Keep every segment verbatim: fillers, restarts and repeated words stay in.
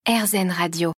AirZen Radio.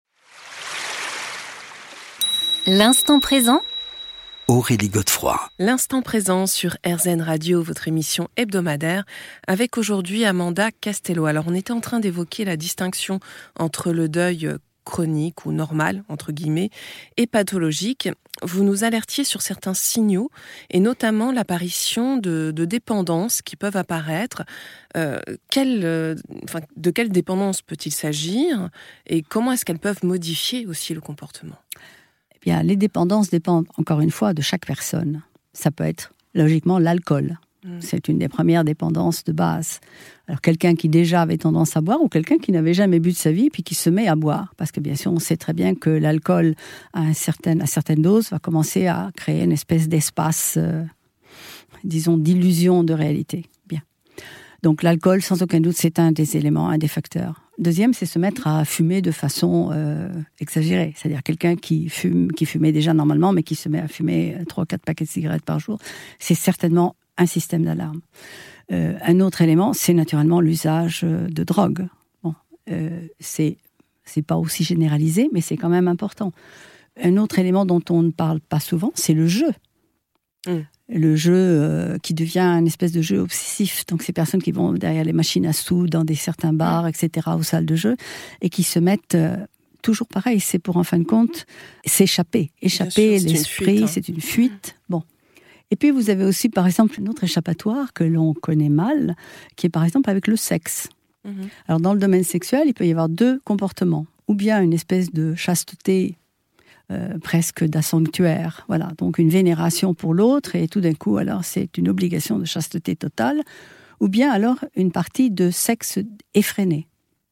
L'instant présent, Aurélie Godefroy. L'instant présent sur AirZen Radio, votre émission hebdomadaire, avec aujourd'hui Amanda Castello. Alors, on était en train d'évoquer la distinction entre le deuil chronique ou normal, entre guillemets, et pathologique. Vous nous alertiez sur certains signaux, et notamment l'apparition de, de dépendances qui peuvent apparaître. Euh, quelle, euh, enfin, de quelle dépendance peut-il s'agir, et comment est-ce qu'elles peuvent modifier aussi le comportement ? Eh bien, les dépendances dépendent, encore une fois, de chaque personne. Ça peut être, logiquement, l'alcool. Mmh. C'est une des premières dépendances de base. Alors, quelqu'un qui déjà avait tendance à boire ou quelqu'un qui n'avait jamais bu de sa vie puis qui se met à boire. Parce que, bien sûr, on sait très bien que l'alcool, à, un certain, à certaines doses, va commencer à créer une espèce d'espace, euh, disons, d'illusion de réalité. Bien. Donc, l'alcool, sans aucun doute, c'est un des éléments, un des facteurs. Deuxième, c'est se mettre à fumer de façon euh, exagérée. C'est-à-dire quelqu'un qui fume, qui fumait déjà normalement, mais qui se met à fumer trois quatre paquets de cigarettes par jour. C'est certainement un système d'alarme. Euh, un autre élément, c'est naturellement l'usage de drogue. Bon, euh, c'est, c'est pas aussi généralisé, mais c'est quand même important. Un autre élément dont on ne parle pas souvent, c'est le jeu. Mmh. Le jeu euh, qui devient une espèce de jeu obsessif. Donc, ces personnes qui vont derrière les machines à sous, dans des certains bars, et cetera, aux salles de jeu, et qui se mettent... Euh, toujours pareil, c'est pour, en fin de compte, s'échapper. Échapper sûr, l'esprit, c'est une fuite. Hein. C'est une fuite. Bon. Et puis, vous avez aussi, par exemple, un autre échappatoire que l'on connaît mal, qui est, par exemple, avec le sexe. Mm-hmm. Alors, dans le domaine sexuel, il peut y avoir deux comportements. Ou bien une espèce de chasteté euh, presque d'un sanctuaire. Voilà, donc une vénération pour l'autre, et tout d'un coup, alors, c'est une obligation de chasteté totale. Ou bien, alors, une partie de sexe effréné.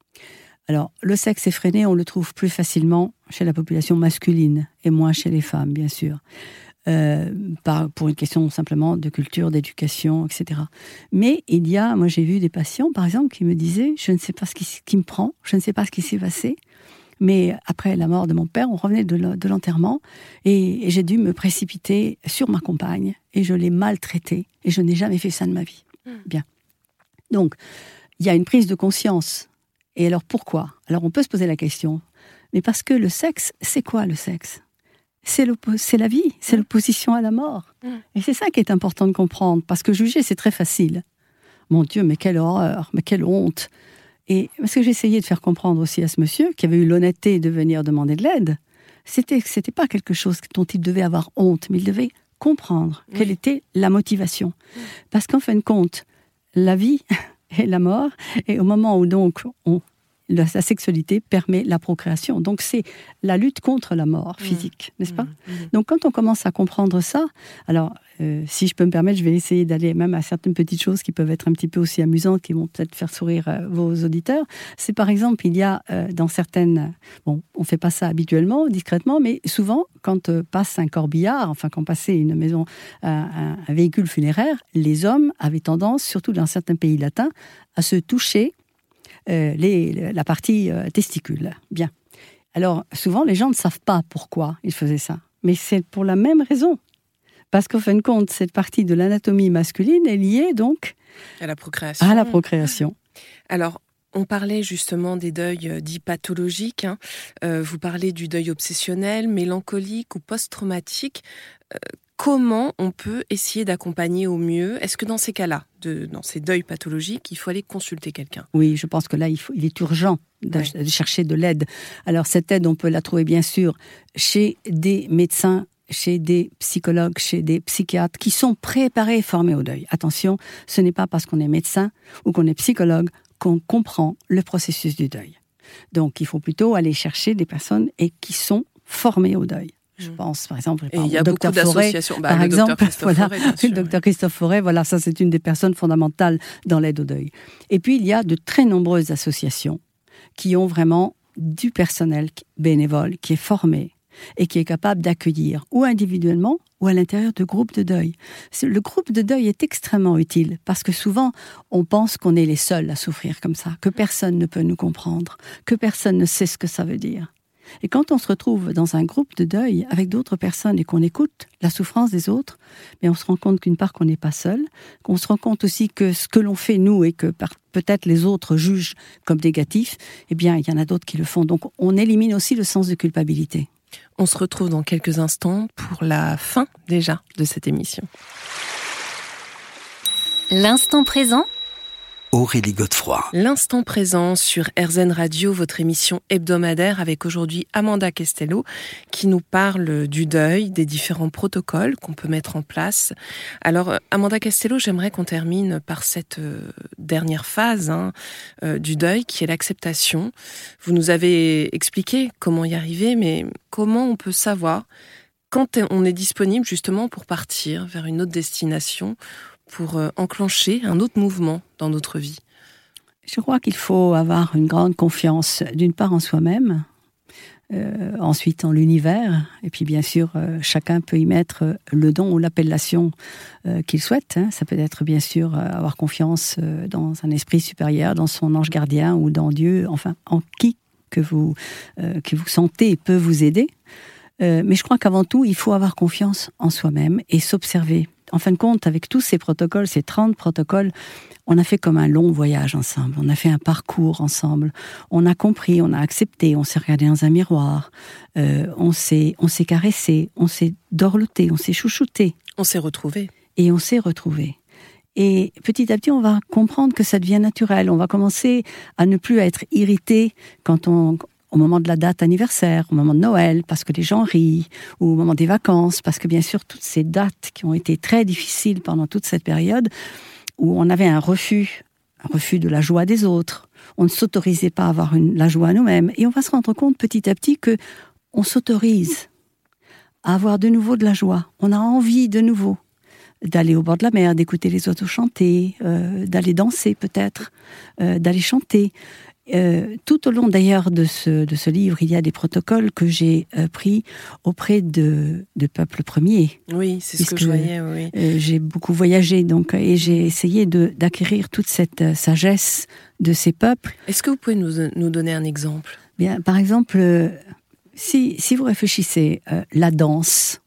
Alors, le sexe effréné, on le trouve plus facilement chez la population masculine, et moins chez les femmes, bien sûr. Euh, par, pour une question simplement de culture, d'éducation, et cetera. Mais il y a, moi j'ai vu des patients, par exemple, qui me disaient, je ne sais pas ce qui, qui me prend, je ne sais pas ce qui s'est passé, mais après la mort de mon père, on revenait de, de l'enterrement, et, et j'ai dû me précipiter sur ma compagne, et je l'ai maltraitée, et je n'ai jamais fait ça de ma vie. Mmh. Bien. Donc, il y a une prise de conscience. Et alors pourquoi ? Alors on peut se poser la question, mais parce que le sexe, c'est quoi le sexe ? C'est, c'est la vie, c'est mmh. l'opposition à la mort. Mmh. Et c'est ça qui est important de comprendre, parce que juger, c'est très facile. Mon Dieu, mais quelle horreur, mais quelle honte. Et ce que j'essayais de faire comprendre aussi à ce monsieur, qui avait eu l'honnêteté de venir demander de l'aide, c'était que ce n'était pas quelque chose dont il devait avoir honte, mais il devait comprendre mmh. quelle était la motivation. Mmh. Parce qu'en fin de compte, la vie et la mort, et au moment où donc on... La, la sexualité permet la procréation. Donc, c'est la lutte contre la mort physique, mmh, n'est-ce pas ? mmh, mmh. Donc, quand on commence à comprendre ça, alors, euh, si je peux me permettre, je vais essayer d'aller même à certaines petites choses qui peuvent être un petit peu aussi amusantes, qui vont peut-être faire sourire euh, vos auditeurs. C'est par exemple, il y a euh, dans certaines... Bon, on ne fait pas ça habituellement, discrètement, mais souvent, quand euh, passe un corbillard, enfin, quand passait une maison, euh, un, un véhicule funéraire, les hommes avaient tendance, surtout dans certains pays latins, à se toucher Euh, les, la partie euh, testicule. Bien. Alors, souvent, les gens ne savent pas pourquoi ils faisaient ça. Mais c'est pour la même raison. Parce qu'en fin de compte, cette partie de l'anatomie masculine est liée, donc... À la procréation. À la procréation. Alors, on parlait justement des deuils dits pathologiques. Hein. Euh, vous parlez du deuil obsessionnel, mélancolique ou post-traumatique. Euh, Comment on peut essayer d'accompagner au mieux ? Est-ce que dans ces cas-là, de, dans ces deuils pathologiques, il faut aller consulter quelqu'un ? Oui, je pense que là, il, faut, il est urgent de, ouais. de chercher de l'aide. Alors, cette aide, on peut la trouver bien sûr chez des médecins, chez des psychologues, chez des psychiatres qui sont préparés et formés au deuil. Attention, ce n'est pas parce qu'on est médecin ou qu'on est psychologue qu'on comprend le processus du deuil. Donc, il faut plutôt aller chercher des personnes et qui sont formées au deuil. Je pense, par exemple, et il y a beaucoup d'associations. Bah, par le exemple, docteur voilà, Forêt, sûr, le docteur Christophe Forêt, voilà, ça c'est une des personnes fondamentales dans l'aide au deuil. Et puis il y a de très nombreuses associations qui ont vraiment du personnel bénévole qui est formé et qui est capable d'accueillir, ou individuellement, ou à l'intérieur de groupes de deuil. Le groupe de deuil est extrêmement utile, parce que souvent, on pense qu'on est les seuls à souffrir comme ça, que personne ne peut nous comprendre, que personne ne sait ce que ça veut dire. Et quand on se retrouve dans un groupe de deuil avec d'autres personnes et qu'on écoute la souffrance des autres, mais on se rend compte qu'une part qu'on n'est pas seul, qu'on se rend compte aussi que ce que l'on fait nous et que peut-être les autres jugent comme négatif, eh bien il y en a d'autres qui le font. Donc on élimine aussi le sens de culpabilité. On se retrouve dans quelques instants pour la fin déjà de cette émission. L'instant présent. Aurélie Godefroy. L'instant présent sur R Z N Radio, votre émission hebdomadaire avec aujourd'hui Amanda Castello qui nous parle du deuil, des différents protocoles qu'on peut mettre en place. Alors Amanda Castello, j'aimerais qu'on termine par cette euh, dernière phase hein, euh, du deuil qui est l'acceptation. Vous nous avez expliqué comment y arriver, mais comment on peut savoir quand on est disponible justement pour partir vers une autre destination, pour enclencher un autre mouvement dans notre vie? Je crois qu'il faut avoir une grande confiance, d'une part en soi-même, euh, ensuite en l'univers, et puis bien sûr, euh, chacun peut y mettre le don ou l'appellation euh, qu'il souhaite. Hein. Ça peut être bien sûr euh, avoir confiance euh, dans un esprit supérieur, dans son ange gardien ou dans Dieu, enfin en qui que vous, euh, que vous sentez peut vous aider. Euh, mais je crois qu'avant tout, il faut avoir confiance en soi-même et s'observer. En fin de compte, avec tous ces protocoles, ces trente protocoles, on a fait comme un long voyage ensemble. On a fait un parcours ensemble. On a compris, on a accepté, on s'est regardé dans un miroir, euh, on s'est, on s'est caressé, on s'est dorloté, on s'est chouchouté. On s'est retrouvés. Et on s'est retrouvés. Et petit à petit, on va comprendre que ça devient naturel. On va commencer à ne plus être irrité quand on... au moment de la date anniversaire, au moment de Noël, parce que les gens rient, ou au moment des vacances, parce que bien sûr, toutes ces dates qui ont été très difficiles pendant toute cette période, où on avait un refus, un refus de la joie des autres, on ne s'autorisait pas à avoir une, la joie à nous-mêmes, et on va se rendre compte petit à petit que on s'autorise à avoir de nouveau de la joie, on a envie de nouveau d'aller au bord de la mer, d'écouter les oiseaux chanter, euh, d'aller danser peut-être, euh, d'aller chanter. Euh, tout au long d'ailleurs de ce, de ce livre, il y a des protocoles que j'ai euh, pris auprès de, de peuples premiers. Oui, c'est ce que je voyais, oui. Euh, j'ai beaucoup voyagé donc, et j'ai essayé de, d'acquérir toute cette euh, sagesse de ces peuples. Est-ce que vous pouvez nous, nous donner un exemple ? Bien, par exemple, euh, si, si vous réfléchissez, euh, la danse,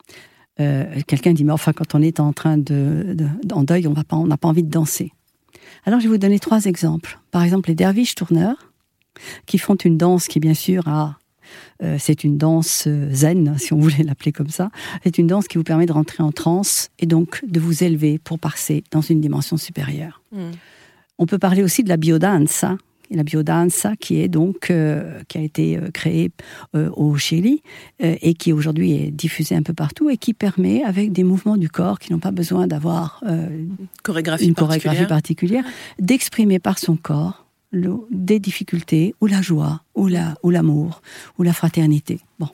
euh, quelqu'un dit, mais enfin, quand on est en train de, de, en deuil, on va pas, on n'a pas envie de danser. Alors, je vais vous donner trois exemples. Par exemple, les derviches tourneurs, qui font une danse qui, bien sûr, a, euh, c'est une danse zen, si on voulait l'appeler comme ça. C'est une danse qui vous permet de rentrer en transe et donc de vous élever pour passer dans une dimension supérieure. Mm. On peut parler aussi de la biodanza, la biodanza qui est donc euh, qui a été euh, créée euh, au Chili euh, et qui aujourd'hui est diffusée un peu partout et qui permet, avec des mouvements du corps qui n'ont pas besoin d'avoir euh, chorégraphie une particulière. chorégraphie particulière, d'exprimer par son corps le, des difficultés ou la joie ou, la, ou l'amour ou la fraternité. Bon.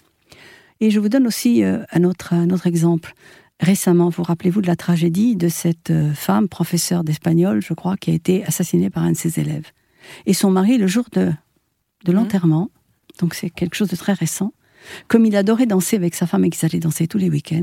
Et je vous donne aussi euh, un, autre, un autre exemple. Récemment, vous rappelez-vous de la tragédie de cette euh, femme, professeure d'espagnol, je crois, qui a été assassinée par un de ses élèves. Et son mari, le jour de, de l'enterrement, mmh. donc c'est quelque chose de très récent, comme il adorait danser avec sa femme et qu'ils allaient danser tous les week-ends,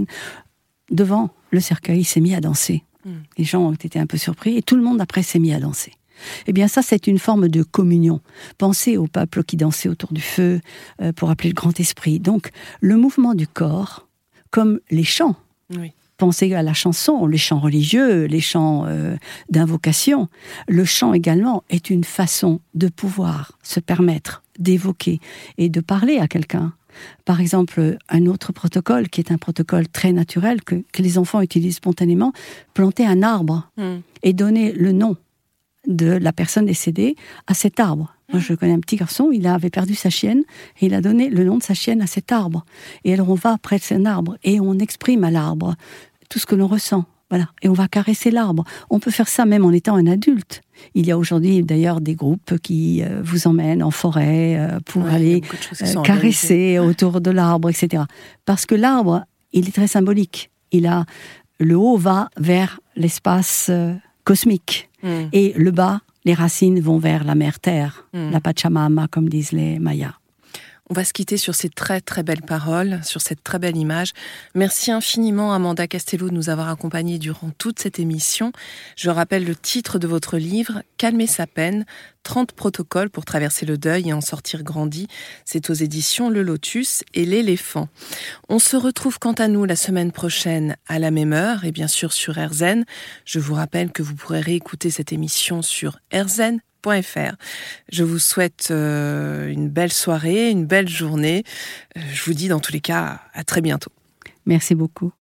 devant le cercueil, il s'est mis à danser. Mmh. Les gens ont été un peu surpris et tout le monde après s'est mis à danser. Eh bien ça, c'est une forme de communion. Pensez au peuple qui dansait autour du feu euh, pour appeler le grand esprit. Donc, le mouvement du corps, comme les chants, oui. Pensez à la chanson, les chants religieux, les chants euh, d'invocation. Le chant également est une façon de pouvoir se permettre d'évoquer et de parler à quelqu'un. Par exemple, un autre protocole qui est un protocole très naturel que, que les enfants utilisent spontanément, planter un arbre mmh. et donner le nom de la personne décédée à cet arbre. Moi, je connais un petit garçon, il avait perdu sa chienne et il a donné le nom de sa chienne à cet arbre. Et alors, on va près de cet arbre et on exprime à l'arbre tout ce que l'on ressent. Voilà. Et on va caresser l'arbre. On peut faire ça même en étant un adulte. Il y a aujourd'hui d'ailleurs des groupes qui euh, vous emmènent en forêt euh, pour ouais, aller euh, caresser autour de l'arbre, et cetera. Parce que l'arbre, il est très symbolique. Il a, le haut va vers l'espace euh, cosmique mm. et le bas, les racines vont vers la mère terre, mm. la Pachamama, comme disent les Mayas. On va se quitter sur ces très très belles paroles, sur cette très belle image. Merci infiniment Amanda Castello de nous avoir accompagnés durant toute cette émission. Je rappelle le titre de votre livre, Calmer sa peine, trente protocoles pour traverser le deuil et en sortir grandi. C'est aux éditions Le Lotus et l'Éléphant. On se retrouve quant à nous la semaine prochaine à la même heure et bien sûr sur AirZen. Je vous rappelle que vous pourrez réécouter cette émission sur airzen point f r. Je vous souhaite euh, une belle soirée, une belle journée. Je vous dis dans tous les cas à très bientôt. Merci beaucoup.